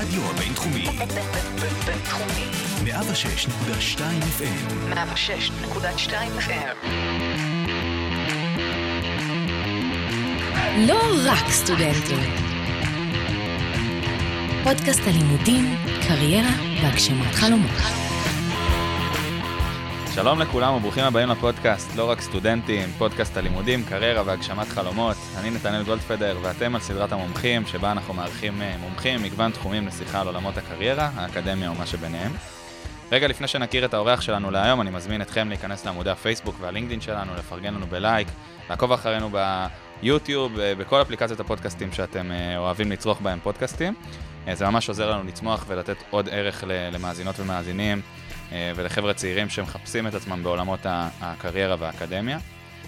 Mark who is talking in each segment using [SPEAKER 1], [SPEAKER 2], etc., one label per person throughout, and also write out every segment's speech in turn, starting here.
[SPEAKER 1] הרדיו הבינתחומי.
[SPEAKER 2] בינתחומי.
[SPEAKER 1] 106.2 FM.
[SPEAKER 2] 106.2 FM.
[SPEAKER 3] לא רק סטודנטים. פודקאסט הלימודים, קריירה והגשמת חלומות.
[SPEAKER 4] שלום לכולם וברוכים הבאים לפודקאסט לא רק סטודנטים, פודקאסט הלימודים, קריירה והגשמת חלומות. אני נתנאל גולדפדר ואתם על סדרת המומחים שבה אנחנו מארחים מומחים מגוון תחומים לשיחה על עולמות הקריירה, האקדמיה ומה שביניהם. רגע לפני שנכיר את האורח שלנו להיום, אני מזמין אתכם להיכנס לעמודי הפייסבוק והלינקדאין שלנו, לפרגן לנו בלייק, לעקוב אחרינו ביוטיוב, בכל אפליקציות הפודקאסטים שאתם אוהבים לצרוך בהם פודקאסטים. זה ממש עוזר לנו לצמוח ולתת עוד ערך למאזינות ומאזינים ולחבר'ה צעירים שמחפשים את עצמם בעולמות הקריירה והאקדמיה.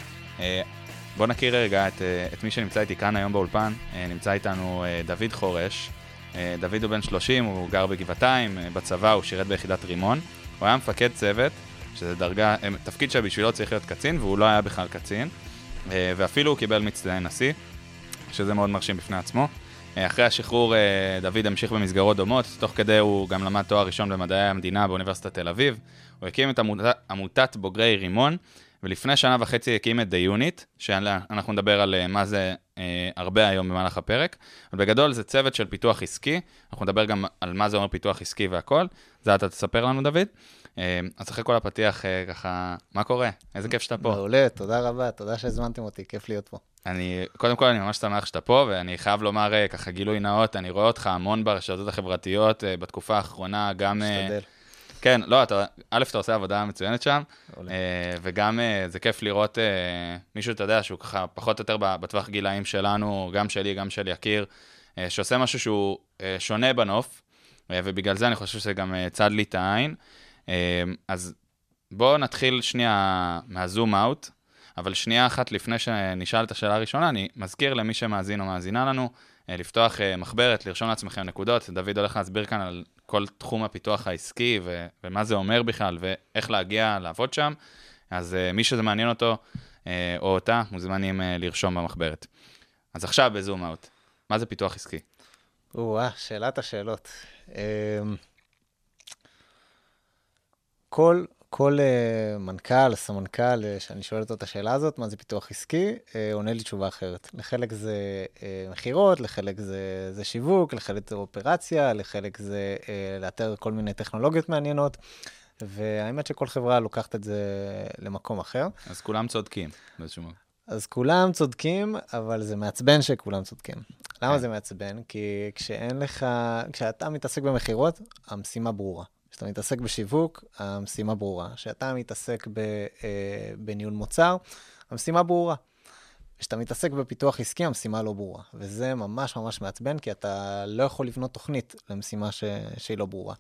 [SPEAKER 4] בואו נכיר רגע את מי שנמצא איתי כאן היום באולפן. נמצא איתנו דוד חורש. דוד הוא בן 30, הוא גר בגבעתיים, בצבא הוא שירת ביחידת רימון. הוא היה מפקד צוות, שזה דרגה, תפקיד שבשבילו צריך להיות קצין, והוא לא היה בכלל קצין. ואפילו הוא קיבל מצטיין נשיא, שזה מאוד מרשים בפני עצמו. אחרי השחרור דוד המשיך במסגרות דומות, תוך כדי הוא גם למד תואר ראשון במדעי המדינה באוניברסיטת תל אביב. הוא הקים את עמותת בוגרי רימון, ולפני שנה וחצי הקים את The Unit, שאנחנו נדבר על מה זה הרבה היום במהלך הפרק. אבל בגדול זה צוות של פיתוח עסקי, אנחנו נדבר גם על מה זה אומר פיתוח עסקי והכל. זה אתה תספר לנו דוד. אז אחרי כל הפתיח ככה, מה קורה? איזה כיף שאתה פה.
[SPEAKER 5] מעולה, תודה רבה, תודה שהזמנתם אותי, כיף להיות פה.
[SPEAKER 4] קודם כל אני ממש שמח שאתה פה, ואני חייב לומר ככה גילוי נאות, אני רואה אותך המון ברשתות החברתיות, בתקופה האחרונה גם...
[SPEAKER 5] משתדל.
[SPEAKER 4] כן, לא, אתה עושה עבודה מצוינת שם, וגם זה כיף לראות מישהו, אתה יודע, שהוא ככה פחות או יותר בטווח גילאים שלנו, גם שלי, גם של יקיר, שעושה משהו שהוא שונה בנוף, ובגלל זה אני חושב שזה גם צד לי את העין. אז בואו נתחיל שנייה מהזום אאוט, אבל שנייה אחת לפני שנשאל את השאלה הראשונה, אני מזכיר למי שמאזין או מאזינה לנו, לפתוח מחברת, לרשום לעצמכם נקודות. דוד הולך להסביר כאן על כל תחום הפיתוח העסקי, ומה זה אומר בכלל, ואיך להגיע לעבוד שם. אז מי שזה מעניין אותו, או אותה, מוזמנים לרשום במחברת. אז עכשיו בזום אאוט, מה זה פיתוח עסקי?
[SPEAKER 5] שאלת השאלות. כל מנכ"ל, סמנכ"ל, שאני שואל אותו את השאלה הזאת, מה זה פיתוח עסקי, עונה לי תשובה אחרת. לחלק זה מחירות, לחלק זה שיווק, לחלק זה אופרציה, לחלק זה לאתר כל מיני טכנולוגיות מעניינות, והאמת שכל חברה לוקחת את זה למקום אחר.
[SPEAKER 4] אז כולם צודקים באיזשהו מקום.
[SPEAKER 5] אז כולם צודקים, אבל זה מעצבן שכולם צודקים. למה זה מעצבן? כי כשאתה מתעסק במחירות, המשימה ברורה. כשאתה מתעסק בשיווק, המשימה ברורה. כשאתה מתעסק בניהול מוצר, המשימה ברורה. כשאתה מתעסק בפיתוח עסקי, המשימה לא ברורה. וזה ממש ממש מעצבן, כי אתה לא יכול לבנות תוכנית למשימה שהיא לא ברורה.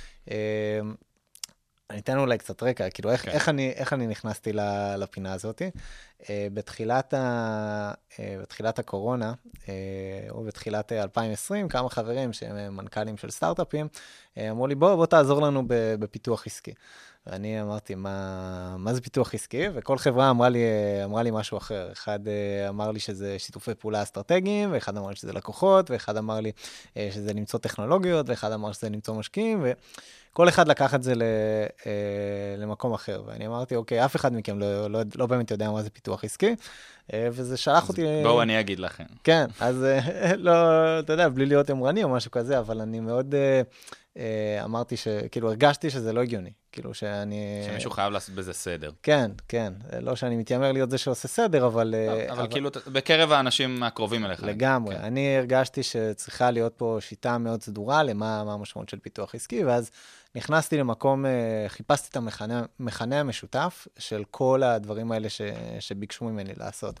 [SPEAKER 5] אני אתן אולי קצת רקע, כאילו איך אני נכנסתי לפינה הזאת. בתחילת הקורונה, או בתחילת 2020, כמה חברים שהם מנכ"לים של סטארט-אפים, אמרו לי, בוא תעזור לנו בפיתוח עסקי. ואני אמרתי, מה זה פיתוח עסקי? וכל חברה אמרה לי משהו אחר. אחד אמר לי שזה שיתופי פעולה אסטרטגיים, ואחד אמר לי שזה לקוחות, ואחד אמר לי שזה למצוא טכנולוגיות, ואחד אמר שזה למצוא משקיעים, כל אחד לקח את זה למקום אחר, ואני אמרתי, אוקיי, אף אחד מכם לא באמת יודע מה זה פיתוח עסקי, וזה שלח אותי...
[SPEAKER 4] בואו אני אגיד לכם.
[SPEAKER 5] כן, אז לא, אתה יודע, בלי להיות אמרני או משהו כזה, אבל אני מאוד אמרתי כאילו הרגשתי שזה לא הגיוני, כאילו
[SPEAKER 4] שמישהו חייב לעשות בזה סדר.
[SPEAKER 5] כן, כן, לא שאני מתיימר להיות זה שעושה סדר, אבל...
[SPEAKER 4] אבל כאילו, בקרב האנשים הקרובים אליך.
[SPEAKER 5] לגמרי, אני הרגשתי שצריכה להיות פה שיטה מאוד סדורה למה המשמעות של פיתוח עסקי, ואז נכנסתי למקום, חיפשתי את המכנה המשותף של כל הדברים האלה שביקשו ממני לעשות.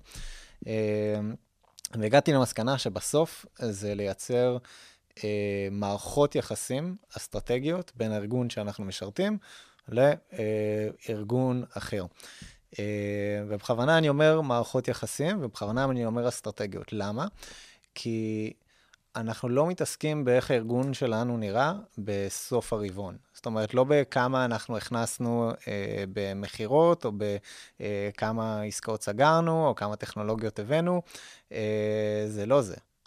[SPEAKER 5] והגעתי למסקנה שבסוף זה לייצר מערכות יחסים אסטרטגיות בין הארגון שאנחנו משרתים לארגון אחר. ובכוונה אני אומר מערכות יחסים, ובכוונה אני אומר אסטרטגיות. למה? כי אנחנו לא מתעסקים באיך הארגון שלנו נראה בסוף הרבעון. זאת אומרת, לא בכמה אנחנו הכנסנו במחירות, או בכמה עסקאות סגרנו, או כמה טכנולוגיות הבאנו. זה לא זה.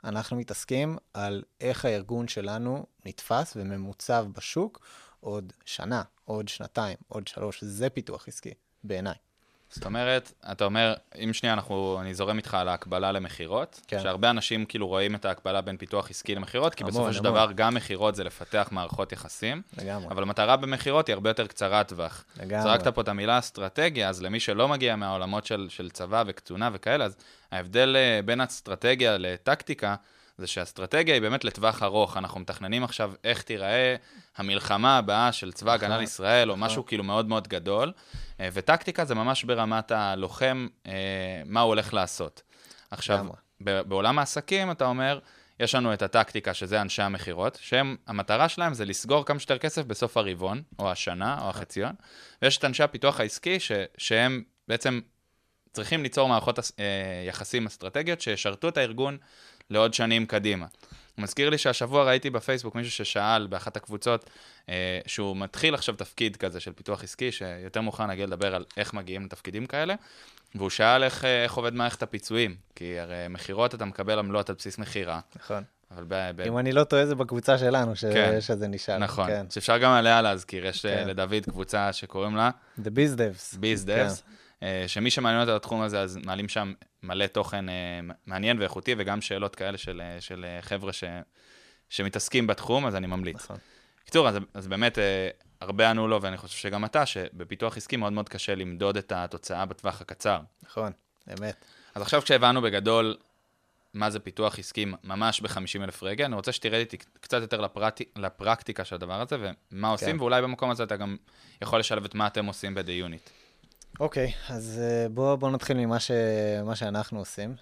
[SPEAKER 5] אנחנו מתעסקים על איך הארגון שלנו נתפס וממוצב בשוק עוד שנה, עוד שנתיים, עוד 3, זה פיתוח עסקי, בעיניי.
[SPEAKER 4] זאת אומרת, אתה אומר, אם שנייה אני זורם איתך על ההקבלה למחירות, שהרבה אנשים כאילו רואים את ההקבלה בין פיתוח עסקי למחירות, כי בסופו של דבר גם מחירות זה לפתח מערכות יחסים, אבל המטרה במחירות היא הרבה יותר קצרת טווח. זרקת פה את המילה אסטרטגיה, אז למי שלא מגיע מהעולמות של צבא וקצונה וכאלה, אז ההבדל בין אסטרטגיה לטקטיקה, זה שהאסטרטגיה היא באמת לטווח ארוך. אנחנו מתכננים עכשיו איך תיראה המלחמה הבאה של צבא הגנה לישראל, או משהו כאילו מאוד מאוד גדול, וטקטיקה זה ממש ברמת הלוחם, מה הוא הולך לעשות. עכשיו, בעולם העסקים, אתה אומר, יש לנו את הטקטיקה, שזה אנשי המחירות, המטרה שלהם זה לסגור כמה שיותר כסף בסוף הרבעון, או השנה, או החציון, ויש את אנשי הפיתוח העסקי, שהם בעצם צריכים ליצור מערכות יחסים אסטרטגיות, שישרתו את הארגון לעוד שנים קדימה. הוא מזכיר לי שהשבוע ראיתי בפייסבוק מישהו ששאל באחת הקבוצות, שהוא מתחיל עכשיו תפקיד כזה של פיתוח עסקי, שיותר מוכן נגיע לדבר על איך מגיעים לתפקידים כאלה, והוא שאל איך עובד מערכת הפיצויים, כי הרי מחירות אתה מקבל עמלות על בסיס מחירה.
[SPEAKER 5] נכון. אם אני לא טועה, זה בקבוצה שלנו
[SPEAKER 4] כן,
[SPEAKER 5] שזה נשאל.
[SPEAKER 4] נכון, כן. שאפשר גם עליה להזכיר, יש לדוד קבוצה שקוראים לה
[SPEAKER 5] The Biz Devs.
[SPEAKER 4] Biz Devs. שמי שמעניין אותה לתחום הזה, אז מעלים שם מלא תוכן מעניין ואיכותי, וגם שאלות כאלה של חבר'ה שמתעסקים בתחום, אז אני ממליץ. נכון. קיצור, אז באמת הרבה ענו לו, ואני חושב שגם אתה, שבפיתוח עסקי מאוד מאוד קשה למדוד את התוצאה בטווח הקצר.
[SPEAKER 5] נכון, אמת.
[SPEAKER 4] אז עכשיו כשהבנו בגדול מה זה פיתוח עסקי ממש ב-50,000 רגע, אני רוצה שתרד איתי קצת יותר לפרקטיקה של הדבר הזה, ומה עושים, ואולי במקום הזה אתה גם יכול לשלב את מה אתם עושים ב-The Unit.
[SPEAKER 5] אוקיי, אז בואו נתחיל ממה שאנחנו עושים.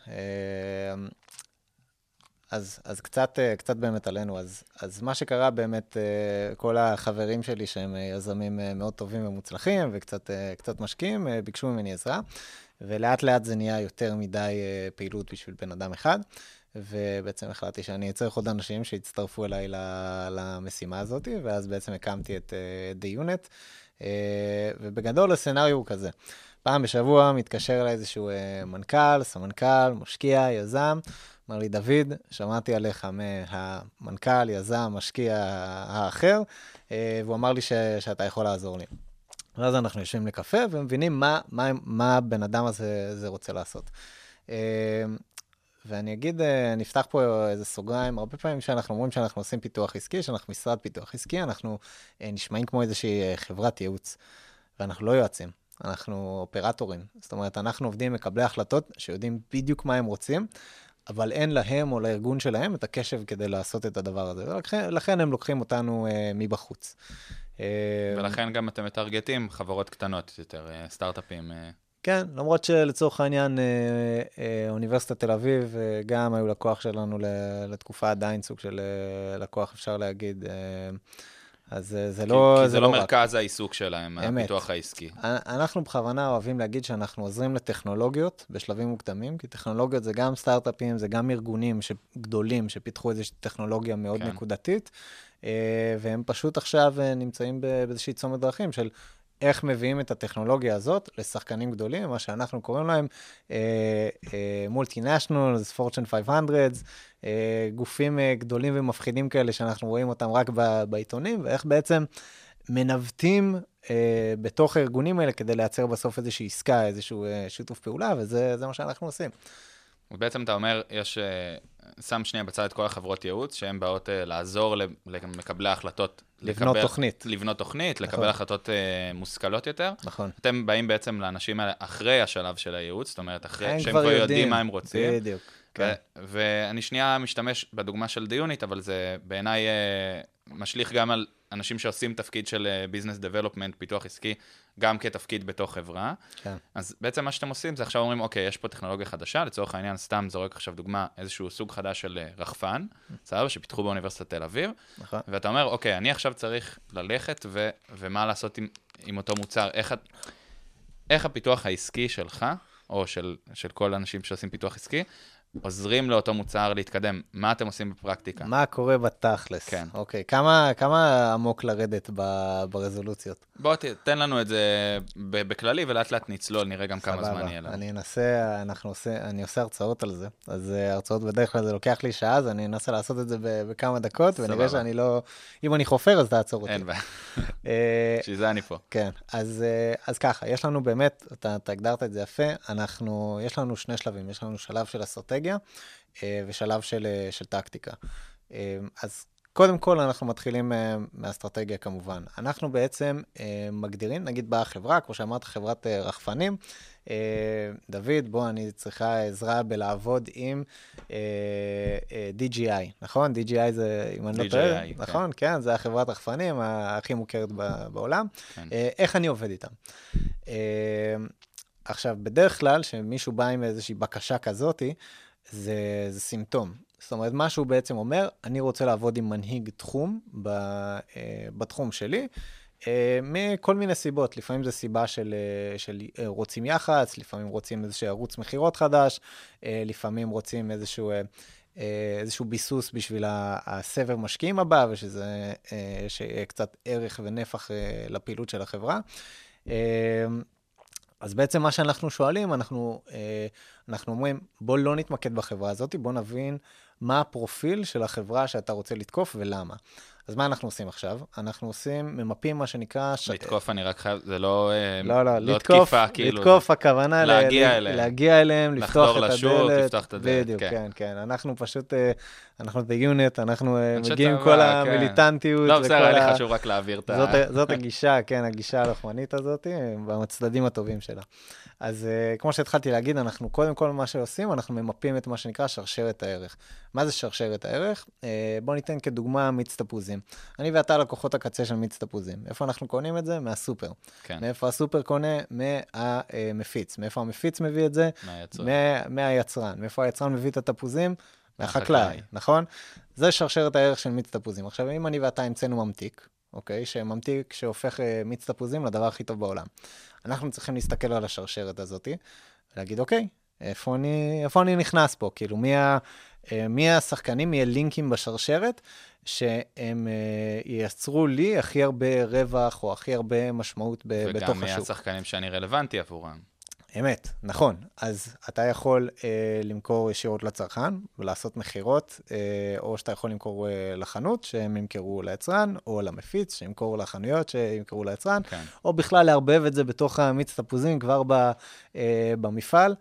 [SPEAKER 5] אז קצת באמת עלינו. אז מה שקרה באמת, כל החברים שלי שהם יזמים מאוד טובים ומוצלחים, וקצת משקיעים, ביקשו ממני עזרה, ולאט לאט זה נהיה יותר מדי פעילות בשביל בן אדם אחד, ובעצם החלטתי שאני צריך עוד אנשים שיצטרפו אליי למשימה הזאת, ואז בעצם הקמתי את The Unit, ובגדול הסצנריו הוא כזה. פעם בשבוע מתקשר אליי איזשהו מנכ"ל, סמנכ"ל, משקיע, יזם, אמר לי, דוד, שמעתי עליך מהמנכ"ל, יזם, משקיע האחר, והוא אמר לי שאתה יכול לעזור לי. ואז אנחנו יושבים לקפה ומבינים מה הבן אדם הזה רוצה לעשות. ואני אגיד, נפתח פה איזה סוגריים, הרבה פעמים שאנחנו אומרים שאנחנו עושים פיתוח עסקי, שאנחנו משרד פיתוח עסקי, אנחנו נשמעים כמו איזושהי חברת ייעוץ, ואנחנו לא יועצים, אנחנו אופרטורים. זאת אומרת, אנחנו עובדים מקבלי החלטות שיודעים בדיוק מה הם רוצים, אבל אין להם או לארגון שלהם את הקשב כדי לעשות את הדבר הזה. ולכן הם לוקחים אותנו מבחוץ.
[SPEAKER 4] ולכן גם אתם מטרגטים חברות קטנות יותר, סטארט-אפים.
[SPEAKER 5] כן, למרות שלצורך העניין, אוניברסיטת תל אביב גם היו לקוח שלנו לתקופה עדיין סוג של לקוח, אפשר להגיד. אז זה לא...
[SPEAKER 4] כי זה לא מרכז העיסוק שלהם, הפיתוח העסקי.
[SPEAKER 5] אנחנו בכוונה אוהבים להגיד שאנחנו עוזרים לטכנולוגיות בשלבים מוקדמים, כי טכנולוגיות זה גם סטארט-אפים, זה גם ארגונים גדולים שפיתחו איזושהי טכנולוגיה מאוד נקודתית, והם פשוט עכשיו נמצאים באיזושהי צומת דרכים של איך מביאים את הטכנולוגיה הזאת לשחקנים גדולים, מה שאנחנו קוראים להם multinationals, Fortune 500, גופים גדולים ומפחידים כאלה שאנחנו רואים אותם רק בעיתונים, ואיך בעצם מנווטים בתוך הארגונים האלה כדי לייצר בסוף איזושהי עסקה, איזשהו שיתוף פעולה, וזה מה שאנחנו עושים.
[SPEAKER 4] ובעצם אתה אומר, שם שנייה בצד את כל החברות ייעוץ, שהן באות לעזור למקבלי ההחלטות.
[SPEAKER 5] לבנות תוכנית.
[SPEAKER 4] לבנות תוכנית, לקבל החלטות מושכלות יותר.
[SPEAKER 5] נכון.
[SPEAKER 4] אתם באים בעצם לאנשים האלה אחרי השלב של הייעוץ, זאת אומרת, אחרי שהם כבר יודעים מה הם רוצים.
[SPEAKER 5] בדיוק.
[SPEAKER 4] ואני שנייה משתמש בדוגמה של The Unit, אבל זה בעיניי משליך גם על אנשים שעושים תפקיד של ביזנס דבלופמנט, פיתוח עסקי, גם כתפקיד בתוך חברה. כן. אז בעצם מה שאתם עושים זה עכשיו אומרים, אוקיי, יש פה טכנולוגיה חדשה, לצורך העניין סתם זורק עכשיו דוגמה, איזשהו סוג חדש של רחפן, סבבה, שפיתחו באוניברסיטת תל אביב, נכון. ואתה אומר, אוקיי, אני עכשיו צריך ללכת ומה לעשות עם אותו מוצר, איך הפיתוח העסקי שלך, או של כל האנשים שעושים פיתוח עסקי, עוזרים לאותו מוצר להתקדם. מה אתם עושים בפרקטיקה?
[SPEAKER 5] מה קורה בתכלס?
[SPEAKER 4] כן.
[SPEAKER 5] אוקיי, כמה עמוק לרדת ברזולוציות?
[SPEAKER 4] בוא תן לנו את זה בכללי, ולאט לאט נצלול, נראה גם כמה זמן יהיה לנו.
[SPEAKER 5] אני עושה הרצאות על זה, אז הרצאות בדרך כלל זה לוקח לי שעה, אז אני אנסה לעשות את זה בכמה דקות, ונראה שאני לא, אם אני חופר, אז תעצור אותי.
[SPEAKER 4] אין בעיה, שזה אני פה.
[SPEAKER 5] כן, אז ככה, יש לנו באמת, אתה הגדרת את זה יפה, יש לנו שני שלבים, יש לנו שלב של אסטרטגיה, ושלב של טקטיקה. אז קודם כל אנחנו מתחילים מהאסטרטגיה כמובן. אנחנו בעצם מגדירים, נגיד בחברה, כמו שאמרת, חברת רחפנים. דוד, בוא, אני צריכה עזרה בלעבוד עם DJI, נכון? DJI זה, אם אני לא טועה, נכון? כן, זה החברת רחפנים הכי מוכרת בעולם. איך אני עובד איתם? עכשיו, בדרך כלל, שמישהו בא עם איזושהי בקשה כזאת, זה סימפטום. זאת אומרת, מה שהוא בעצם אומר, אני רוצה לעבוד עם מנהיג תחום בתחום שלי, מכל מיני סיבות. לפעמים זו סיבה של רוצים יח"צ, לפעמים רוצים איזשהו ערוץ מחירות חדש, לפעמים רוצים איזשהו ביסוס בשביל הסבר משקיעים הבא, ושזה שיהיה קצת ערך ונפח לפעילות של החברה. אז בעצם מה שאנחנו שואלים, אנחנו אומרים, בוא לא נתמקד בחברה הזאת, בוא נבין מה הפרופיל של החברה שאתה רוצה לתקוף ולמה. אז מה אנחנו עושים עכשיו? אנחנו ממפים מה שנקרא...
[SPEAKER 4] לתקוף, אני רק חייב, זה לא
[SPEAKER 5] תקיפה, כאילו. לתקוף, הכוונה להגיע אליהם, לפתוח את הדלת.
[SPEAKER 4] לחדור לשוק, לפתוח את הדלת.
[SPEAKER 5] בדיוק, כן. אנחנו פשוט, אנחנו ב-unit, אנחנו מגיעים כל המיליטנטיות.
[SPEAKER 4] לא, בסדר, היה לי חשוב רק להעביר את
[SPEAKER 5] זאת הגישה, כן, הגישה הלוחמנית הזאת, במצדדים הטובים שלה. אז כמו שהתחלתי להגיד, אנחנו קודם כל מה שעושים, אנחנו ממפים את מה שנקרא שרשרת הערך. מה זה שרשרת הערך? בוא ניתן כדוגמה מיץ תפוזים. אני ואתה לקוחות הקצה של מיץ תפוזים. איפה אנחנו קונים את זה? מהסופר.
[SPEAKER 4] כן.
[SPEAKER 5] מאיפה הסופר קונה? מהמפיץ. מאיפה המפיץ מביא את זה? מהיצרן. מאיפה היצרן מביא את התפוזים? מהחקלאי, נכון? זה שרשרת הערך של מיץ תפוזים. עכשיו, אם אני ואתה המצאנו ממתיק, אוקיי? שממתיק שהופך מיץ תפוזים לדבר הכי טוב בעולם. אנחנו צריכים להסתכל על השרשרת הזאת, ולהגיד, אוקיי, איפה אני נכנס פה? כאילו, מי השחקנים, מי הלינקים בשרשרת, שהם ייצרו לי הכי הרבה רווח, או הכי הרבה משמעות בתוך השוק.
[SPEAKER 4] וגם מי השחקנים שאני רלוונטי עבורם.
[SPEAKER 5] אמת, נכון. אז אתה יכול למכור ישירות לצרכן, ולעשות מחירות, או שאתה יכול למכור לחנות, שהם ימכרו ליצרן, או למפיץ, שימכרו לחנויות, שימכרו ליצרן, או בכלל להרבב את זה בתוך מיץ תפוזים, כבר במפעל.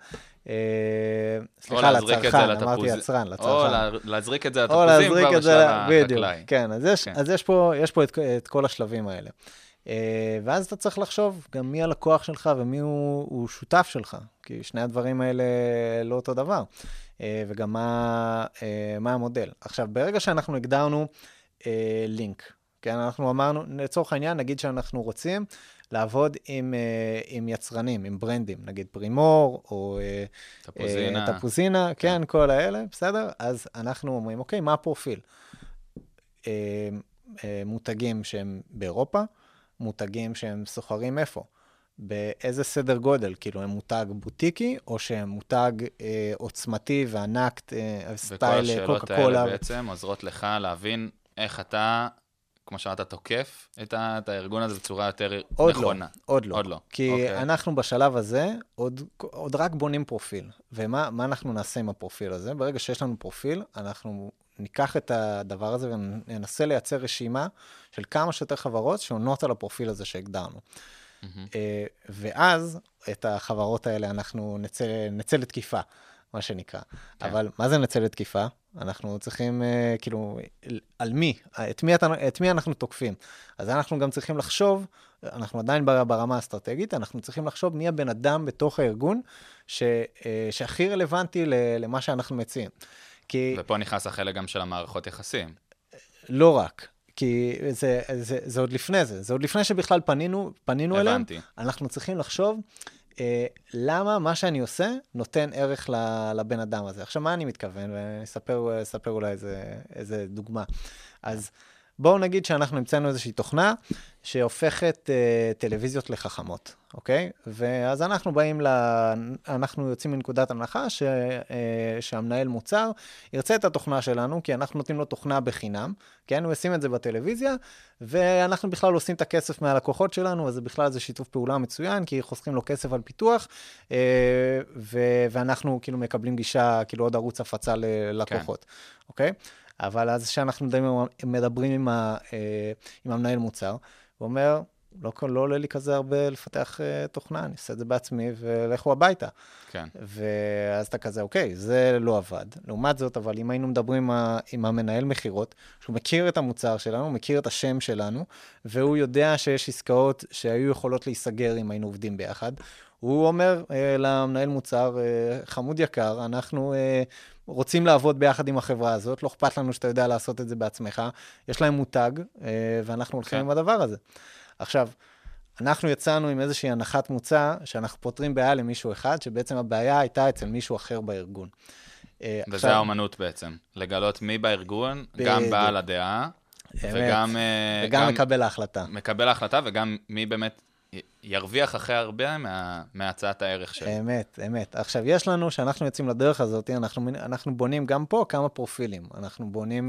[SPEAKER 5] סליחה, לצרכן, אמרתי יצרן, לצרכן.
[SPEAKER 4] או להזריק את זה לתפוזים כבר בשלב החקלאי.
[SPEAKER 5] כן, אז יש פה את כל השלבים האלה. ואז אתה צריך לחשוב גם מי הלקוח שלך ומי הוא שותף שלך, כי שני הדברים האלה לא אותו דבר, וגם מה המודל. עכשיו, ברגע שאנחנו הגדרנו לינק, כן, אנחנו אמרנו, לצורך העניין, נגיד שאנחנו רוצים לעבוד עם יצרנים, עם ברנדים, נגיד פרימור, או תפוזינה, כן, כל האלה, בסדר? אז אנחנו אומרים, אוקיי, מה הפרופיל? מותגים שהם באירופה, מותגים שהם סוחרים איפה? באיזה סדר גודל? כאילו, הם מותג בוטיקי, או שהם מותג עוצמתי וענק, סטייל קוקה קולה?
[SPEAKER 4] וכל השאלות האלה בעצם עוזרות לך להבין איך אתה, כמו שאתה תוקף את הארגון הזה בצורה יותר נכונה.
[SPEAKER 5] עוד לא. כי אנחנו בשלב הזה עוד רק בונים פרופיל. ומה אנחנו נעשה עם הפרופיל הזה? ברגע שיש לנו פרופיל, אנחנו ניקח את הדבר הזה וננסה לייצר רשימה של כמה שיותר חברות שעונות על הפרופיל הזה שהגדרנו. ואז את החברות האלה אנחנו נצא לתקיפה, מה שנקרא. אבל מה זה נצא לתקיפה? אנחנו צריכים, כאילו, על מי? את מי אנחנו תוקפים? אז אנחנו גם צריכים לחשוב, אנחנו עדיין ברמה האסטרטגית, אנחנו צריכים לחשוב מי הבן אדם בתוך הארגון שהכי רלוונטי למה שאנחנו מציעים.
[SPEAKER 4] ופה נכנס החלק גם של המערכות יחסים.
[SPEAKER 5] לא רק, כי זה עוד לפני זה. זה עוד לפני שבכלל פנינו אליהם.
[SPEAKER 4] הבנתי.
[SPEAKER 5] אנחנו צריכים לחשוב למה מה שאני עושה נותן ערך לבן אדם הזה. עכשיו, מה אני מתכוון? ואני אספר אולי איזה דוגמה. אז בואו נגיד שאנחנו המצאנו איזושהי תוכנה שהופכת טלוויזיות לחכמות, אוקיי? ואז אנחנו יוצאים מנקודת הנחה שהמנהל מוצר ירצה את התוכנה שלנו, כי אנחנו נותנים לו תוכנה בחינם, כן? הוא ישים את זה בטלוויזיה, ואנחנו בכלל עושים את הכסף מהלקוחות שלנו, אז זה בכלל זה שיתוף פעולה מצוין, כי חוסכים לו כסף על פיתוח, ואנחנו כאילו מקבלים גישה, כאילו עוד ערוץ הפצה ללקוחות, אוקיי? אבל אז שאנחנו מדברים עם המנהל מוצר, הוא אומר, לא עולה לי כזה הרבה לפתח תוכנה, אני אעשה את זה בעצמי ולכו הביתה.
[SPEAKER 4] כן.
[SPEAKER 5] ואז אתה כזה, אוקיי, זה לא עבד. לעומת זאת, אבל אם היינו מדברים עם המנהל מחירות, שהוא מכיר את המוצר שלנו, מכיר את השם שלנו, והוא יודע שיש עסקאות שהיו יכולות להיסגר אם היינו עובדים ביחד, הוא אומר למנהל מוצר, חמוד יקר, אנחנו רוצים לעבוד ביחד עם החברה הזאת, לא אכפת לנו שאתה יודע לעשות את זה בעצמך, יש להם מותג, ואנחנו הולכים עם הדבר הזה. עכשיו, אנחנו יצאנו עם איזושהי הנחת מוצא, שאנחנו פותרים בעיה למישהו אחד, שבעצם הבעיה הייתה אצל מישהו אחר בארגון.
[SPEAKER 4] וזה האומנות בעצם, לגלות מי בארגון, גם בעל הדעה, וגם
[SPEAKER 5] מקבל ההחלטה.
[SPEAKER 4] מקבל ההחלטה, וגם מי באמת ירוויח אחרי הרבה מהצעת הערך שלו.
[SPEAKER 5] אמת. עכשיו, יש לנו, שאנחנו יוצאים לדרך הזאת, אנחנו בונים גם פה כמה פרופילים. אנחנו בונים,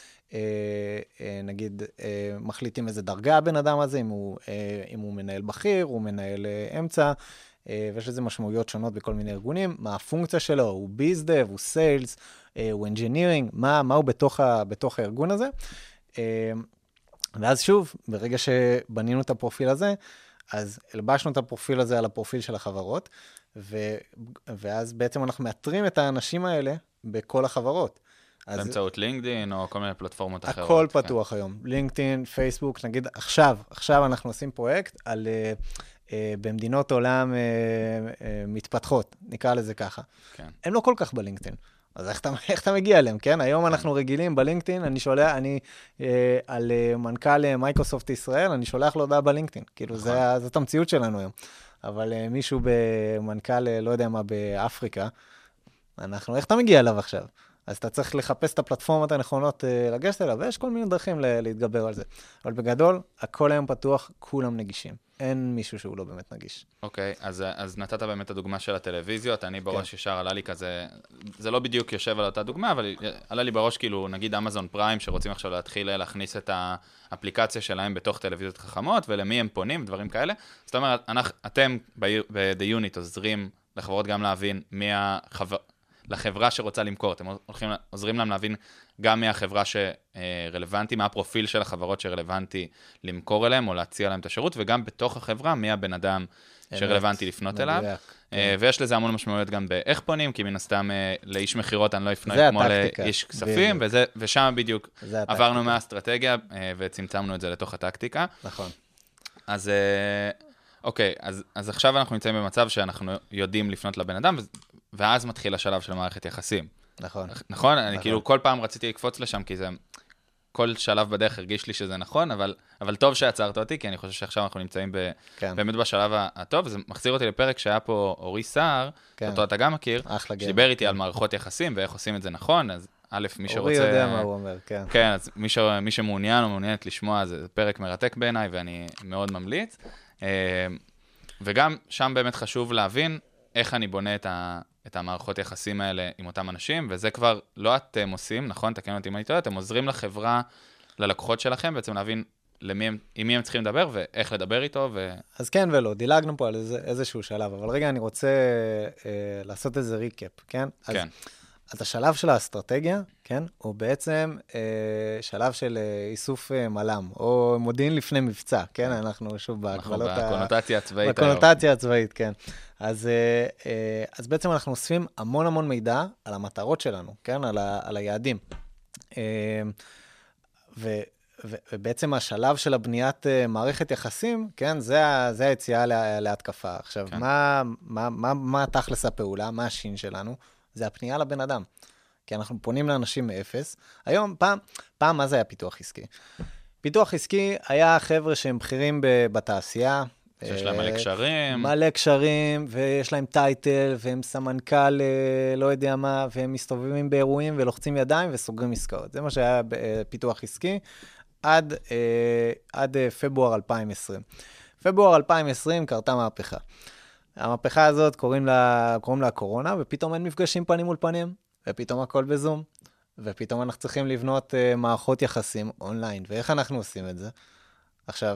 [SPEAKER 5] נגיד, מחליטים איזה דרגה הבן אדם הזה, אם הוא מנהל בכיר, הוא מנהל אמצע, ויש לזה משמעויות שונות בכל מיני ארגונים. מה הפונקציה שלו? הוא ביזדב, הוא סיילס, הוא אנג'ינירינג, מה הוא בתוך הארגון הזה. ואז שוב, ברגע שבנינו את הפרופיל הזה, אז הלבשנו את הפרופיל הזה על הפרופיל של החברות, ואז בעצם אנחנו מאתרים את האנשים האלה בכל החברות.
[SPEAKER 4] באמצעות לינקדין או כל מיני פלטפורמות אחרות.
[SPEAKER 5] הכל פתוח היום. לינקדין, פייסבוק, נגיד עכשיו אנחנו עושים פרויקט במדינות עולם מתפתחות, נקרא לזה ככה. הם לא כל כך בלינקדין. אז איך אתה מגיע אליהם, כן? היום אנחנו רגילים בלינקדין, על מנכ"ל מייקרוסופט ישראל, אני שולח לו הודעה בלינקדין. כאילו, זאת המציאות שלנו היום. אבל מישהו במנכ"ל, לא יודע מה, באפריקה, איך אתה מגיע אליו עכשיו? אז אתה צריך לחפש את הפלטפורמות הנכונות לגשת אליו, ויש כל מיני דרכים להתגבר על זה. אבל בגדול, הכל היום פתוח, כולם נגישים. אין מישהו שהוא לא באמת נגיש.
[SPEAKER 4] אוקיי, אז נתת באמת את הדוגמה של הטלוויזיות, אני בראש ישר עלה לי כזה, זה לא בדיוק יושב על אותה דוגמה, אבל עלה לי בראש כאילו, נגיד אמזון פריים, שרוצים עכשיו להתחיל להכניס את האפליקציה שלהם בתוך טלוויזיות חכמות, ולמי הם פונים, דברים כאלה. זאת אומרת, אתם ב-The Unit עוזרים לחברות גם להבין לחברה שרוצה למכור, אתם עוזרים להם להבין גם מהחברה שרלוונטי, מה הפרופיל של החברות שרלוונטי למכור אליהם, או להציע להם את השירות, וגם בתוך החברה, מי הבן אדם שרלוונטי לפנות אליו. ויש לזה המון משמעויות גם באיך פונים, כי מן הסתם לאיש מחירות אני לא אפנה כמו לאיש כספים, ושם בדיוק עברנו מהאסטרטגיה, וצמצמנו את זה לתוך הטקטיקה.
[SPEAKER 5] נכון.
[SPEAKER 4] אז אוקיי, אז עכשיו אנחנו נמצאים במצב שאנחנו יודעים לפנות לבן אדם, ואז מתחיל השלב של מערכת יחסים.
[SPEAKER 5] נכון.
[SPEAKER 4] נכון? אני כאילו כל פעם רציתי לקפוץ לשם, כי זה, כל שלב בדרך הרגיש לי שזה נכון, אבל טוב שעצרת אותי, כי אני חושב שעכשיו אנחנו נמצאים באמת בשלב הטוב, זה מחזיר אותי לפרק שהיה פה אורי סער, אותו אתה גם מכיר, שדיבר איתי על מערכות יחסים, ואיך עושים את זה נכון, אז א', מי שרוצה...
[SPEAKER 5] אורי יודע מה הוא אומר, כן.
[SPEAKER 4] כן, אז מי שמעוניין או מעוניינת לשמוע, זה פרק מרתק בעיניי, ואני מאוד ממליץ. וגם שם באמת חשוב להבין איך אני בונה את המערכות יחסים האלה עם אותם אנשים, וזה כבר לא אתם עושים, נכון? תקן אותי אם אני טועה, אתם עוזרים לחברה, ללקוחות שלכם, בעצם להבין עם מי הם צריכים לדבר ואיך לדבר איתו.
[SPEAKER 5] אז כן ולא, דילגנו פה על איזשהו שלב, אבל רגע אני רוצה לעשות איזה ריקאפ, כן?
[SPEAKER 4] כן.
[SPEAKER 5] אז השלב של האסטרטגיה, כן, הוא בעצם שלב של איסוף מלם, או מודיעין לפני מבצע, כן? אנחנו שוב בהקבלות
[SPEAKER 4] בקונוטציה הצבאית.
[SPEAKER 5] בקונוטציה הצבאית, כן. אז בעצם אנחנו אוספים המון מידע על המטרות שלנו, כן? על היעדים. ובעצם השלב של הבניית מערכת יחסים, כן? זה היציאה להתקפה. עכשיו, מה תכלס הפעולה? מה השין שלנו? זה הפנייה לבן אדם. כי אנחנו פונים לאנשים מאפס. היום, פעם מה זה היה פיתוח עסקי? פיתוח עסקי היה חבר'ה שהם בכירים בתעשייה.
[SPEAKER 4] שיש להם מלא קשרים.
[SPEAKER 5] מלא קשרים, ויש להם טייטל, והם סמנכ"ל לא יודע מה, והם מסתובבים באירועים ולוחצים ידיים וסוגרים עסקאות. זה מה שהיה פיתוח עסקי. עד פברואר 2020. פברואר 2020 קרתה מהפכה. המהפכה הזאת קוראים לה הקורונה, ופתאום אין מפגשים פנים מול פנים, ופתאום הכל בזום, ופתאום אנחנו צריכים לבנות מערכות יחסים אונליין. ואיך אנחנו עושים את זה? עכשיו,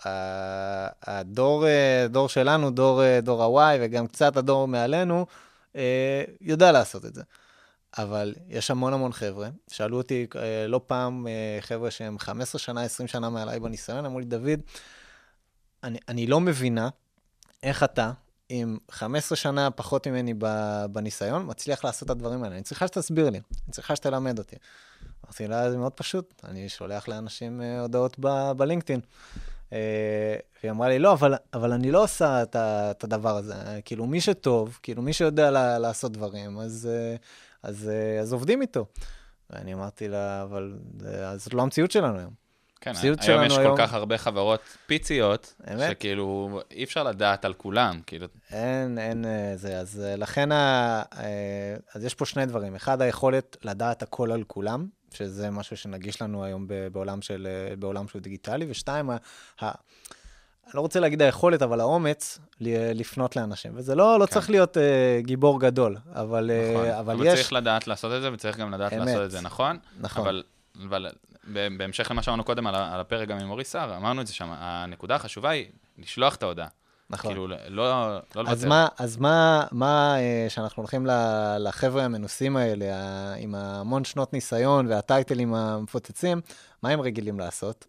[SPEAKER 5] הדור שלנו, דור ה-Y, וגם קצת הדור מעלינו, יודע לעשות את זה. אבל יש המון חבר'ה, שאלו אותי לא פעם חבר'ה שהם 15 שנה, 20 שנה מעליי בניסיון, אמרו לי, דוד, אני לא מבינה איך אתה, עם 15 שנה פחות ממני בניסיון, מצליח לעשות את הדברים האלה. אני צריכה שתסביר לי, אני צריכה שתלמד אותי. אמרתי לה, זה מאוד פשוט, אני שולח לאנשים הודעות בלינקדאין. והיא אמרה לי, לא, אבל אני לא עושה את הדבר הזה. כאילו, מי שטוב, כאילו, מי שיודע לעשות דברים, אז עובדים איתו. ואני אמרתי לה, אבל זאת לא המציאות שלנו היום.
[SPEAKER 4] כן, היום יש כל כך הרבה חברות פיציות, שכאילו אי אפשר לדעת על כולם.
[SPEAKER 5] אין זה, אז לכן, אז יש פה שני דברים. אחד, היכולת לדעת הכל על כולם, שזה משהו שנגיש לנו היום בעולם של דיגיטלי, ושתיים, אני לא רוצה להגיד היכולת, אבל האומץ לפנות לאנשים. וזה לא צריך להיות גיבור גדול, אבל יש...
[SPEAKER 4] צריך לדעת לעשות את זה, וצריך גם לדעת לעשות את זה, נכון? אבל בהמשך למה שאמרנו קודם על הפרק גם עם אורי סער, אמרנו את זה שם, הנקודה החשובה היא לשלוח את ההודעה.
[SPEAKER 5] נכון.
[SPEAKER 4] כאילו, לא לוותר.
[SPEAKER 5] אז מה שאנחנו הולכים לחבר'ה המנוסים האלה, עם המון שנות ניסיון והטייטלים המפוצצים, מה הם רגילים לעשות?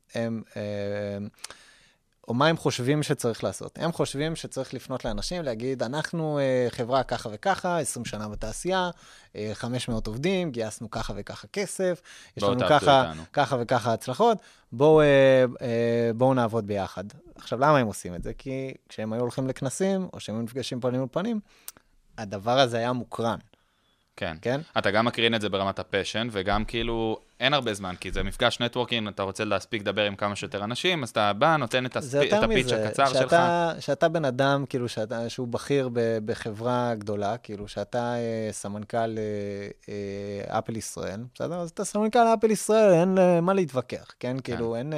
[SPEAKER 5] או מה הם חושבים שצריך לעשות? הם חושבים שצריך לפנות לאנשים, להגיד, אנחנו חברה ככה וככה, 20 שנה בתעשייה, 500 עובדים, גייסנו ככה וככה כסף, יש לנו ככה וככה הצלחות, בואו נעבוד ביחד. עכשיו, למה הם עושים את זה? כי כשהם היו הולכים לכנסים, או שהם נפגשים פנים מול פנים, הדבר הזה היה מוקרן.
[SPEAKER 4] כן. כן? אתה גם מקרין את זה ברמת הפשן, וגם כאילו אין הרבה זמן, כי זה מפגש נטוורקינג, אתה רוצה להספיק לדבר עם כמה שיותר אנשים, אז אתה בא, נותן את הפיץ' הקצר שלך.
[SPEAKER 5] שאתה בן אדם, כאילו, שהוא בכיר בחברה גדולה, כאילו, שאתה סמנכ"ל אפל ישראל, בסדר? אז אתה סמנכ"ל אפל ישראל, אין מה להתווכח, כן? כאילו, אין...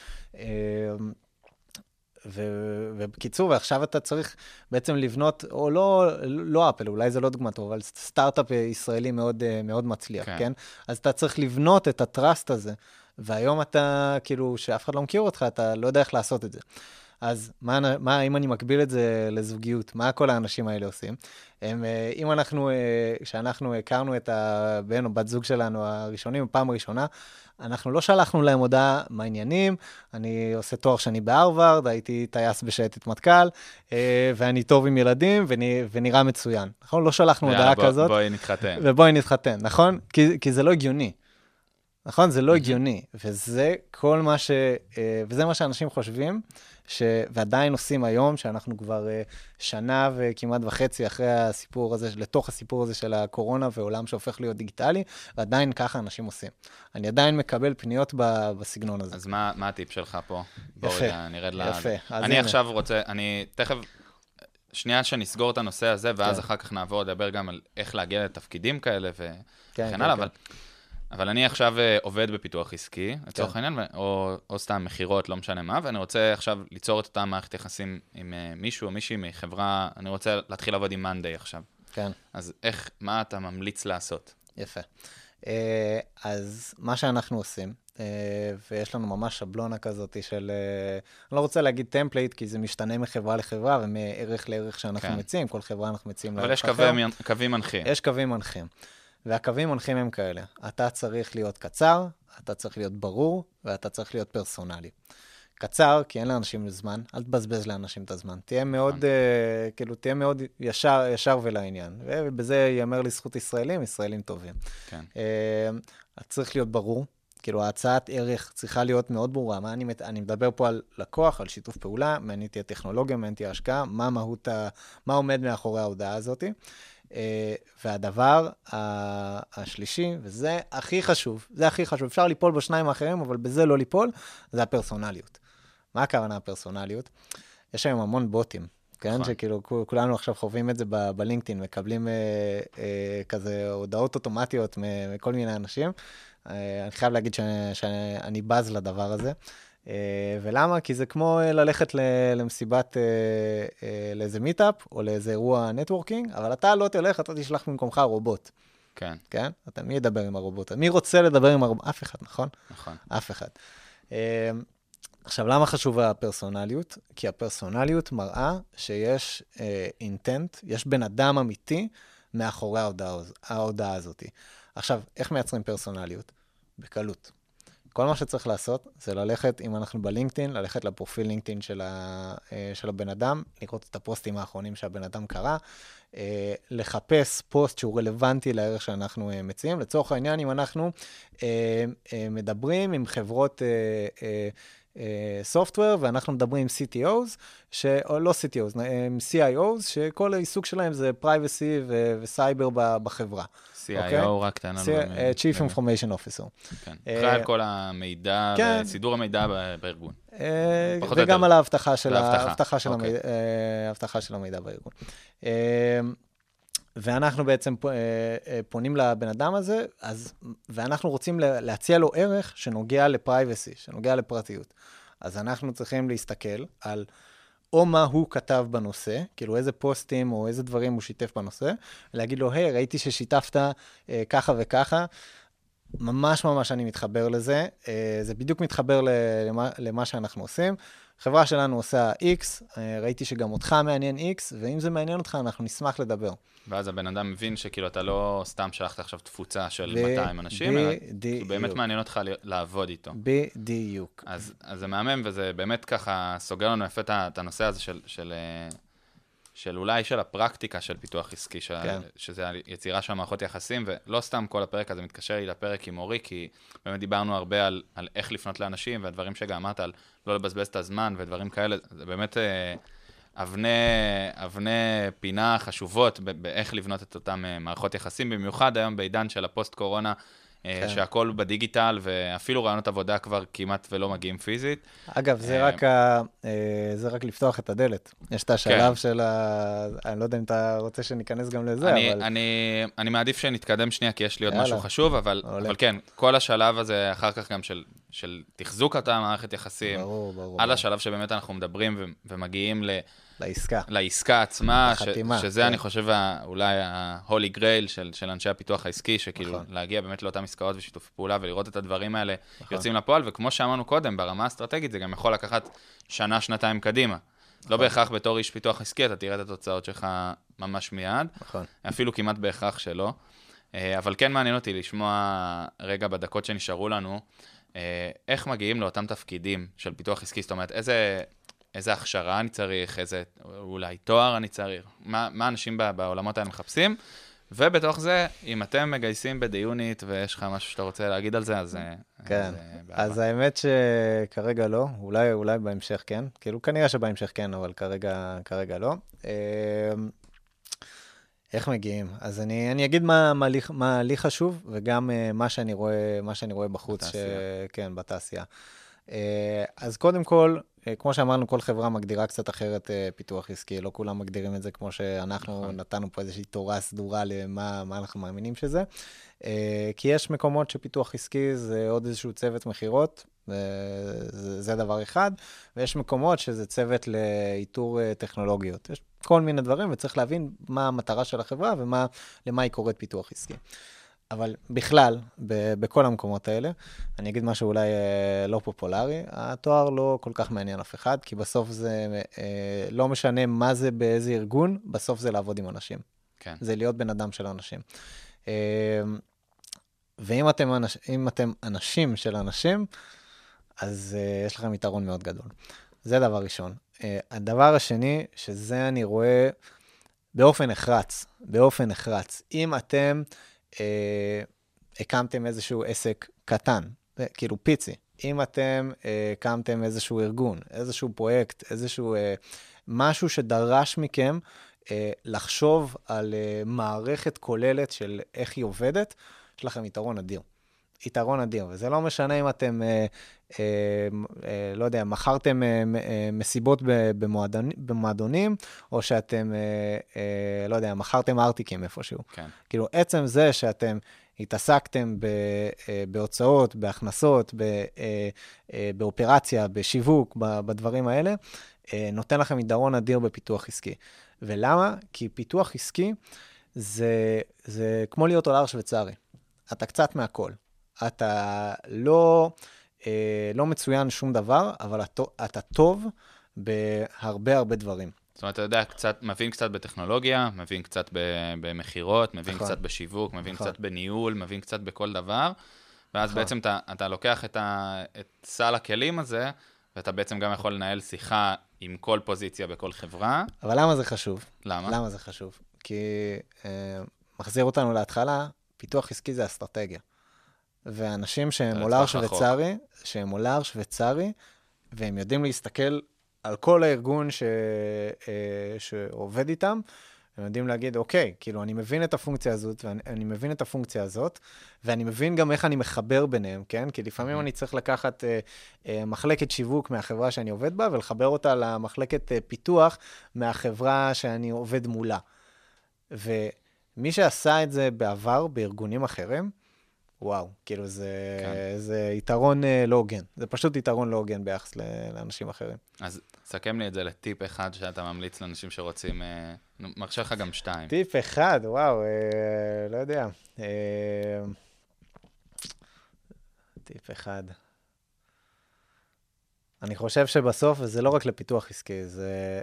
[SPEAKER 5] ובקיצור, ועכשיו אתה צריך בעצם לבנות, או לא אפל, אולי זה לא דוגמה טוב, אבל סטארט-אפ ישראלי מאוד, מאוד מצליח, כן? אז אתה צריך לבנות את הטראסט הזה, והיום אתה, כאילו, שאף אחד לא מכיר אותך, אתה לא יודע איך לעשות את זה. אז אם אני מקביל את זה לזוגיות, מה כל האנשים האלה עושים? כשאנחנו הכרנו את הבן או בת זוג שלנו הראשונים, בפעם הראשונה, אנחנו לא שלחנו להם הודעה מעניינים, אני עושה תואר שני בהרווארד, הייתי טייס בשייטת מטכ"ל, ואני טוב עם ילדים, ונראה מצוין. נכון? לא שלחנו הודעה כזאת. ובואי נתחתן, נכון? כי זה לא הגיוני. נכון? זה לא הגיוני. וזה מה שאנשים חושבים, ועדיין עושים היום, שאנחנו כבר שנה וכמעט וחצי אחרי הסיפור הזה, לתוך הסיפור הזה של הקורונה, ועולם שהופך להיות דיגיטלי, ועדיין ככה אנשים עושים. אני עדיין מקבל פניות בסגנון הזה.
[SPEAKER 4] אז מה הטיפ שלך פה? יפה,
[SPEAKER 5] יפה.
[SPEAKER 4] אני עכשיו רוצה, אני תכף, שנייה שנסגור את הנושא הזה, ואז אחר כך נעבור לדבר גם על איך להגיע לתפקידים כאלה, וכן הלאה, אבל אני עכשיו עובד בפיתוח עסקי, לצורך העניין, או סתם מחירות, לא משנה מה, ואני רוצה עכשיו ליצור את אותה מערכת יחסים עם מישהו או מישהי מחברה, אני רוצה להתחיל לעבוד עם מאנדיי עכשיו. כן. אז מה אתה ממליץ לעשות?
[SPEAKER 5] יפה. אז מה שאנחנו עושים, ויש לנו ממש שבלונה כזאת של, אני לא רוצה להגיד טמפלייט, כי זה משתנה מחברה לחברה, ומערך לערך שאנחנו מציעים, כל חברה אנחנו מציעים
[SPEAKER 4] אבל יש קווים מנחים.
[SPEAKER 5] יש קווים מנחים. והקווים מנחים הם כאלה. אתה צריך להיות קצר, אתה צריך להיות ברור, ואתה צריך להיות פרסונלי. קצר, כי אין לאנשים זמן, אל תבזבז לאנשים את הזמן. תהיה מאוד, תהיה מאוד ישר ולעניין. ובזה ייאמר לזכות ישראלים טובים. כן. צריך להיות ברור. כאילו, ההצעת ערך צריכה להיות מאוד ברורה. אני מדבר פה על לקוח, על שיתוף פעולה, מעניין אותי הטכנולוגיה, מעניין אותי ההשקעה, מה עומד מאחורי ההודעה הזאת. והדבר השלישי, וזה הכי חשוב, אפשר ליפול בשניים האחרים, אבל בזה לא ליפול, זה הפרסונליות. מה הכוונה הפרסונליות? יש היום המון בוטים, כן? שכאילו כולנו עכשיו חווים את זה בלינקדאין, מקבלים כזה הודעות אוטומטיות מכל מיני אנשים. אני חייב להגיד שאני בז לדבר הזה. ולמה? כי זה כמו ללכת למסיבת, לאיזה מיטאפ, או לאיזה אירוע נטוורקינג, אבל אתה לא תלך, אתה תשלח במקומך רובוט.
[SPEAKER 4] כן.
[SPEAKER 5] כן? מי ידבר עם הרובוט? מי רוצה לדבר עם הרובוט? אף אחד, נכון?
[SPEAKER 4] נכון.
[SPEAKER 5] אף אחד. עכשיו, למה חשובה הפרסונליות? כי הפרסונליות מראה שיש אינטנט, יש בן אדם אמיתי מאחורי ההודעה הזאת. עכשיו, איך מייצרים פרסונליות? בקלות. כל מה שצריך לעשות זה ללכת, אם אנחנו בלינקדאין, ללכת לפרופיל לינקדאין של הבן אדם, לראות את הפוסטים האחרונים שהבן אדם קרא, לחפש פוסט שהוא רלוונטי לערך שאנחנו מציעים. לצורך העניין, אם אנחנו מדברים עם חברות software, ואנחנו מדברים עם CTOs, או לא CTOs, עם CIOs, שכל העיסוק שלהם זה privacy וסייבר בחברה.
[SPEAKER 4] CIO, רק תן לנו...
[SPEAKER 5] Chief Information Officer.
[SPEAKER 4] כן, אחראי על כל המידע, וסידור המידע בארגון.
[SPEAKER 5] וגם על ההבטחה של המידע בארגון. ואנחנו בעצם פונים לבן אדם הזה, ואנחנו רוצים להציע לו ערך שנוגע לפרייבסי, שנוגע לפרטיות. אז אנחנו צריכים להסתכל על או מה הוא כתב בנושא, כאילו איזה פוסטים או איזה דברים הוא שיתף בנושא, ולהגיד לו, היי, ראיתי ששיתפת ככה וככה, ממש ממש אני מתחבר לזה, זה בדיוק מתחבר למה שאנחנו עושים. החברה שלנו עושה X, ראיתי שגם אותך מעניין X, ואם זה מעניין אותך, אנחנו נשמח לדבר.
[SPEAKER 4] ואז הבן אדם מבין שכאילו אתה לא סתם שלחת עכשיו תפוצה של 200 אנשים, אלא באמת מעניין אותך לעבוד איתו.
[SPEAKER 5] בדיוק.
[SPEAKER 4] אז זה מהמם, וזה באמת ככה סוגר לנו יפה את הנושא הזה של אולי של הפרקטיקה של פיתוח עסקי, שזה היצירה של מערכות יחסים, ולא סתם כל הפרק הזה מתקשר לי לפרק עם אורי, כי באמת דיברנו הרבה על איך לפנות לאנשים, והדברים שגם אמרת על לא לבזבז את הזמן ודברים כאלה, זה באמת אבני פינה חשובות באיך לבנות את אותם מערכות יחסים, במיוחד היום בעידן של הפוסט-קורונה, שהכל בדיגיטל, ואפילו רעיונות עבודה כבר כמעט ולא מגיעים פיזית.
[SPEAKER 5] אגב, זה רק לפתוח את הדלת. יש את השלב של אני לא יודע אם אתה רוצה שניכנס גם לזה, אבל...
[SPEAKER 4] אני מעדיף שנתקדם שנייה, כי יש לי עוד משהו חשוב, אבל כן, כל השלב הזה אחר כך גם של תחזוק אותה מערכת יחסים, על השלב שבאמת אנחנו מדברים ומגיעים לעסקה עצמה, שזה אני חושב אולי ה-Holy Grail של אנשי הפיתוח העסקי, שכאילו להגיע באמת לאותם עסקאות ושיתוף פעולה, ולראות את הדברים האלה יוצאים לפועל, וכמו שאמרנו קודם, ברמה האסטרטגית זה גם יכול לקחת שנה, שנתיים קדימה. לא בהכרח בתור איש פיתוח עסקי, אתה תראה את התוצאות שלך ממש מיד, אפילו כמעט בהכרח שלא. אבל כן מעניין אותי לשמוע רגע בדקות שנשארו לנו, איך מגיעים לאותם תפקידים של פיתוח עסקי, זאת אומרת, איזה הכשרה אני צריך, איזה אולי תואר אני צריך, מה אנשים בעולמות האלה מחפשים, ובתוך זה, אם אתם מגייסים בדיונית ויש לך משהו שאתה רוצה להגיד על זה, אז...
[SPEAKER 5] כן, אז האמת שכרגע לא, אולי בהמשך כן, כאילו כנראה שבהמשך כן, אבל כרגע לא. איך מגיעים? אז אני אגיד מה לי חשוב, וגם מה שאני רואה בחוץ, כן, בתעשייה. אז קודם כל, כמו שאמרנו, כל חברה מגדירה קצת אחרת פיתוח עסקי, לא כולם מגדירים את זה כמו שאנחנו נתנו פה איזושהי תורה סדורה למה אנחנו מאמינים שזה, כי יש מקומות שפיתוח עסקי זה עוד איזשהו צוות מחירות, זה דבר אחד, ויש מקומות שזה צוות לאיתור טכנולוגיות. יש כל מיני דברים, וצריך להבין מה המטרה של החברה ולמה היא קוראת פיתוח עסקי. אבל בכלל, בכל המקומות האלה, אני אגיד משהו אולי לא פופולרי, התואר לא כל כך מעניין אף אחד, כי בסוף זה לא משנה מה זה באיזה ארגון, בסוף זה לעבוד עם אנשים.
[SPEAKER 4] כן.
[SPEAKER 5] זה להיות בן אדם של אנשים. ואם אתם אנשים של אנשים, אז יש לכם יתרון מאוד גדול. זה דבר ראשון. הדבר השני, שזה אני רואה באופן נחרץ. אם אתם הקמתם איזשהו עסק קטן, כאילו פיצי, אם אתם הקמתם איזשהו ארגון, איזשהו פרויקט, איזשהו משהו שדרש מכם לחשוב על מערכת כוללת של איך היא עובדת, יש לכם יתרון אדיר. וזה לא משנה אם אתם לא יודע, מכרתם מסיבות במועדונים, או שאתם, לא יודע, מכרתם ארטיקים איפשהו.
[SPEAKER 4] כן.
[SPEAKER 5] כאילו, עצם זה שאתם התעסקתם בהוצאות, בהכנסות, באופרציה, בשיווק, בדברים האלה, נותן לכם יתרון אדיר בפיתוח עסקי. ולמה? כי פיתוח עסקי זה כמו להיות דולר שוויצרי. אתה קצת מהכל. אתה לא מצוין שום דבר, אבל אתה טוב בהרבה הרבה דברים.
[SPEAKER 4] זאת אומרת, אתה יודע, מבין קצת בטכנולוגיה, מבין קצת במחירות, מבין קצת בשיווק, מבין קצת בניהול, מבין קצת בכל דבר, ואז בעצם אתה לוקח את סל הכלים הזה, ואתה בעצם גם יכול לנהל שיחה עם כל פוזיציה בכל חברה.
[SPEAKER 5] אבל למה זה חשוב?
[SPEAKER 4] למה?
[SPEAKER 5] למה זה חשוב? כי מחזיר אותנו להתחלה, פיתוח עסקי זה אסטרטגיה. ואנשים שהם עולר שוויצרי, והם יודעים להסתכל על כל הארגון שעובד איתם, הם יודעים להגיד, אוקיי, כאילו, אני מבין את הפונקציה הזאת, ואני מבין את הפונקציה הזאת, ואני מבין גם איך אני מחבר ביניהם, כן? כי לפעמים אני צריך לקחת מחלקת שיווק מהחברה שאני עובד בה, ולחבר אותה למחלקת פיתוח מהחברה שאני עובד מולה. ומי שעשה את זה בעבר בארגונים אחרים, וואו, כאילו זה יתרון לא הוגן. זה פשוט יתרון לא הוגן ביחס לאנשים אחרים.
[SPEAKER 4] אז סכם לי את זה לטיפ אחד שאתה ממליץ לאנשים שרוצים, מרשה לך גם 2.
[SPEAKER 5] טיפ אחד, וואו, לא יודע. טיפ אחד. אני חושב שבסוף, וזה לא רק לפיתוח עסקי, זה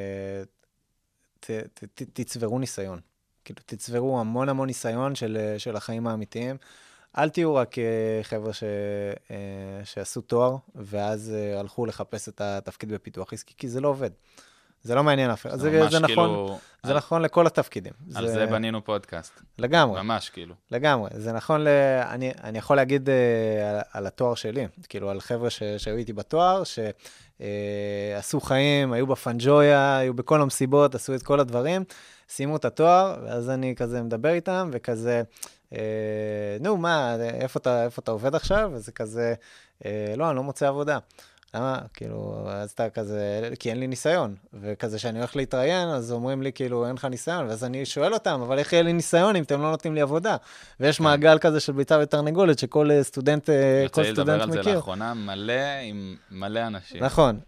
[SPEAKER 5] תצברו ניסיון. כאילו, תצברו המון המון ניסיון של החיים האמיתיים. אל תהיו רק חבר'ה שעשו תואר, ואז הלכו לחפש את התפקיד בפיתוח עסקי, כי זה לא עובד. זה לא מעניין אף אחד. זה נכון לכל התפקידים.
[SPEAKER 4] על זה בנינו פודקאסט.
[SPEAKER 5] לגמרי.
[SPEAKER 4] ממש כאילו.
[SPEAKER 5] לגמרי. זה נכון אני יכול להגיד על התואר שלי, כאילו על חבר'ה שהיו איתי בתואר, שעשו חיים, היו בפנג'ויה, היו בכל המסיבות, עשו את כל הדברים, סיימו את התואר, ואז אני כזה מדבר איתם, וכזה, נו, מה, איפה אתה עובד עכשיו? וזה כזה, לא, אני לא מוצא עבודה. למה? כאילו, אז אתה כזה, כי אין לי ניסיון, וכזה שאני הולך להתראיין, אז אומרים לי, כאילו, אין לך ניסיון, ואז אני שואל אותם, אבל איך יהיה לי ניסיון אם אתם לא נותנים לי עבודה? ויש מעגל כזה של ביצה ותרנגולת, שכל סטודנט מכיר.
[SPEAKER 4] יוצא לי לדבר על זה לאחרונה, מלא עם מלא אנשים.
[SPEAKER 5] נכון,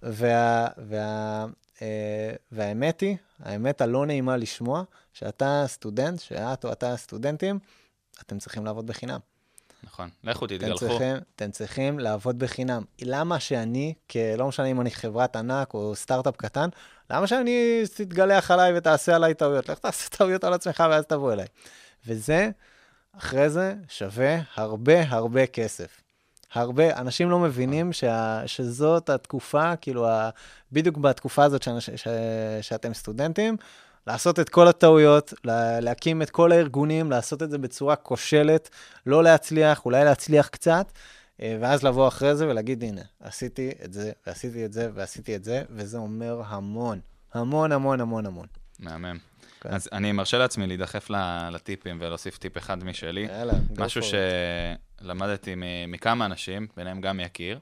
[SPEAKER 5] והאמת היא, האמת הלא נעימה לשמוע, שאתה סטודנט, שאת או אתה סטודנטים, אתם צריכים לעבוד בחינם.
[SPEAKER 4] נכון, לכו תתגלחו.
[SPEAKER 5] אתם צריכים לעבוד בחינם. למה שאני, לא משנה אם אני חברת ענק או סטארט-אפ קטן, למה שאני תתגלח עליי ותעשה עליי טעויות? לך תעשה טעויות על עצמך ואז תבוא אליי. וזה, אחרי זה, שווה הרבה הרבה כסף. הרבה, אנשים לא מבינים שזאת התקופה, כאילו, בדיוק בתקופה הזאת שאתם סטודנטים, לעשות את כל הטעויות, להקים את כל הארגונים, לעשות את זה בצורה כושלת, לא להצליח, אולי להצליח קצת, ואז לבוא אחרי זה ולהגיד, הנה, עשיתי את זה, ועשיתי את זה, ועשיתי את זה, וזה אומר המון, המון, המון, המון, המון.
[SPEAKER 4] מהמם. אז אני מרשה לעצמי להידחף לטיפים ולהוסיף טיפ אחד משלי. משהו שלמדתי מכמה אנשים, ביניהם גם יכיר.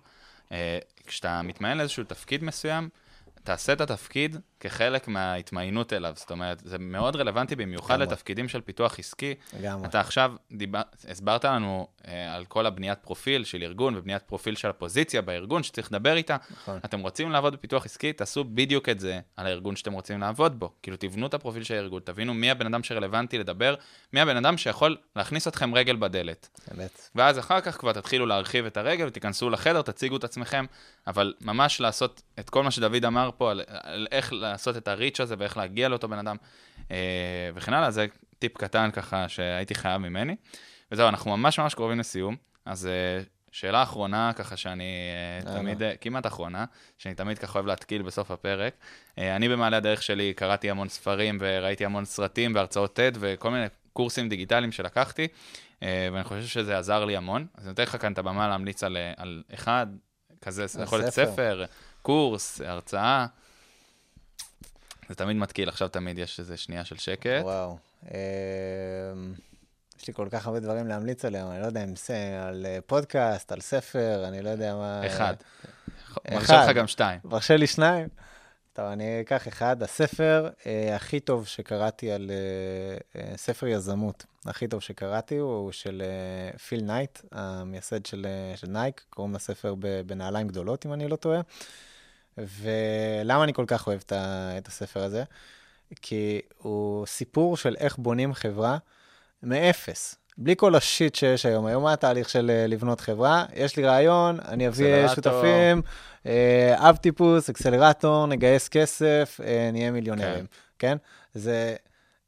[SPEAKER 4] כשאתה מתמיין לאיזשהו תפקיד מסוים, תעשה את התפקיד כחלק מההתמיינות אליו. זאת אומרת, זה מאוד רלוונטי במיוחד לתפקידים של פיתוח עסקי. אתה עכשיו הסברת לנו על כל הבניית פרופיל של ארגון ובניית פרופיל של הפוזיציה בארגון שצריך לדבר איתה. אתם רוצים לעבוד בפיתוח עסקי, תעשו בדיוק את זה על הארגון שאתם רוצים לעבוד בו. כאילו תבנו את הפרופיל של הארגון, תבינו מי הבן אדם שרלוונטי לדבר, מי הבן אדם שיכול להכניס אתכם רגל בדלת. ואז אחר כך כבר תתחילו להרחיב את הרגל ותיכנסו לחדר, תציגו את עצמכם, אבל ממש לעשות את כל מה שדוד אמר פה על איך לעשות את הריץ' הזה ואיך להגיע לאותו בן אדם וכן הלאה, זה טיפ קטן ככה שהייתי חייב ממני. וזהו, אנחנו ממש ממש קרובים לסיום, אז שאלה אחרונה ככה שאני תמיד, כמעט אחרונה, שאני תמיד ככה אוהב להתקיל בסוף הפרק. אני במעלה הדרך שלי קראתי המון ספרים וראיתי המון סרטים והרצאות TED וכל מיני קורסים דיגיטליים שלקחתי, ואני חושב שזה עזר לי המון. אז אני נותן לך כאן את הבמה להמליץ על אחד, כזה, יכול להיות ספר, קורס, הרצאה. זה תמיד מתקיל, עכשיו תמיד יש איזו שנייה של שקט.
[SPEAKER 5] וואו. יש יש לי כל כך הרבה דברים להמליץ עליהם, אני לא יודע אם זה על פודקאסט, על ספר, אני לא יודע מה...
[SPEAKER 4] אחד. מרשה לך גם 2.
[SPEAKER 5] מרשה לי 2? טוב, אני אקח 1. הספר הכי טוב שקראתי על ספר יזמות, הכי טוב שקראתי הוא של פיל נייט, המייסד של נייק, קוראים לספר בנעליים גדולות, אם אני לא טועה. ולמה אני כל כך אוהב את הספר הזה? כי הוא סיפור של איך בונים חברה מאפס. בלי כל השיט שיש היום. היום מה התהליך של לבנות חברה? יש לי רעיון, אני אביא שותפים, אב טיפוס, אקסלרטור, נגייס כסף, נהיה מיליונרים. כן? זה...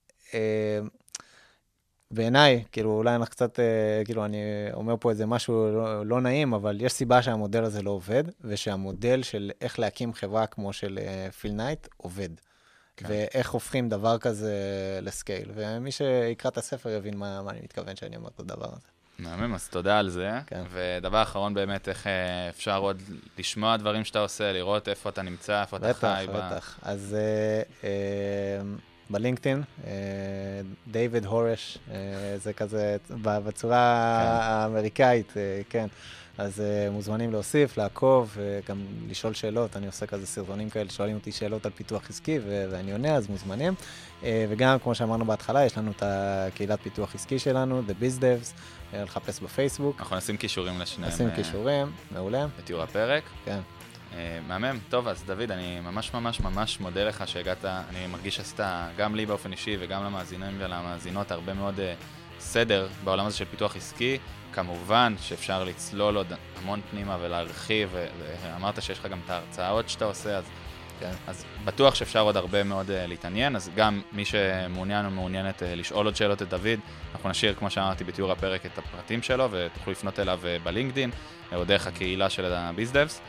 [SPEAKER 5] בעיניי, כאילו, אולי אנחנו קצת, כאילו, אני אומר פה איזה משהו לא נעים, אבל יש סיבה שהמודל הזה לא עובד, ושהמודל של איך להקים חברה כמו של פיל נייט עובד. ואיך הופכים דבר כזה לסקייל. ומי שיקרא את הספר יבין מה אני מתכוון שאני אומר את הדבר הזה.
[SPEAKER 4] מהמם, אז תודה על זה. ודבר אחרון באמת, איך אפשר עוד לשמוע דברים שאתה עושה, לראות איפה אתה נמצא, איפה אתה חי.
[SPEAKER 5] בטח. אז בלינקדאין, דיוויד הורש, זה כזה בצורה האמריקאית, כן. אז מוזמנים להוסיף, לעקוב, גם לשאול שאלות. אני עושה כזה סרטונים כאלה, שואלים אותי שאלות על פיתוח עסקי, ואני עונה, אז מוזמנים. וגם, כמו שאמרנו בהתחלה, יש לנו את הקהילת פיתוח עסקי שלנו, The Biz Devs, לחפש בפייסבוק.
[SPEAKER 4] אנחנו נשים קישורים לשניהם.
[SPEAKER 5] נשים קישורים, מעולה.
[SPEAKER 4] בתיאור הפרק.
[SPEAKER 5] כן.
[SPEAKER 4] מהמם. טוב, אז דוד, אני ממש מודה לך שהגעת. אני מרגיש שעשית גם לי באופן אישי וגם למאזינים ולמאזינות הרבה מאוד סדר בעולם הזה של פיתוח עסקי. כמובן שאפשר לצלול עוד המון פנימה ולהרחיב, ואמרת שיש לך גם את ההרצאות שאתה עושה, אז בטוח שאפשר עוד הרבה מאוד להתעניין, אז גם מי שמעוניין או מעוניינת לשאול עוד שאלות את דוד, אנחנו נשאיר, כמו שאמרתי, בתיאור הפרק את הפרטים שלו, ותוכלו לפנות אליו בלינקדין, או דרך הקהילה של ה-Biz Devs.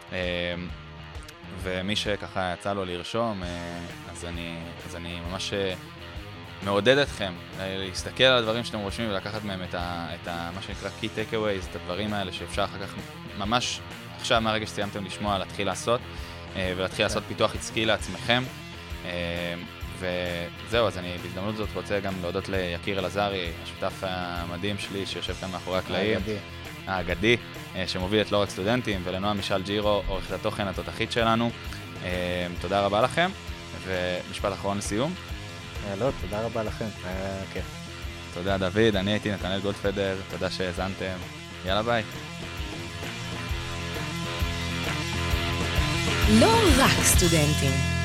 [SPEAKER 4] ומי שככה יצא לו לרשום, אז אני ממש מעודד אתכם להסתכל על הדברים שאתם רושמים ולקחת מהם את מה שנקרא key takeaways, את הדברים האלה שאפשר אחר כך ממש עכשיו מהרגע שסיימתם לשמוע להתחיל לעשות ולהתחיל לעשות פיתוח עסקי לעצמכם. וזהו, אז אני בהזדמנות זאת רוצה גם להודות ליקיר אלעזרי, השותף המדהים שלי שיושב כאן מאחורי הקלעים. האגדי, שמוביל את לא רק סטודנטים, ולנועם מישל ג'ירו, עורכת התוכן התותחית שלנו. תודה רבה לכם, ומשפט אחרון לסיום.
[SPEAKER 5] לא, תודה רבה לכם, היה כיף.
[SPEAKER 4] תודה דוד, אני הייתי נתנאל גולדפדר, תודה שהאזנתם, יאללה ביי.
[SPEAKER 3] לא רק סטודנטים.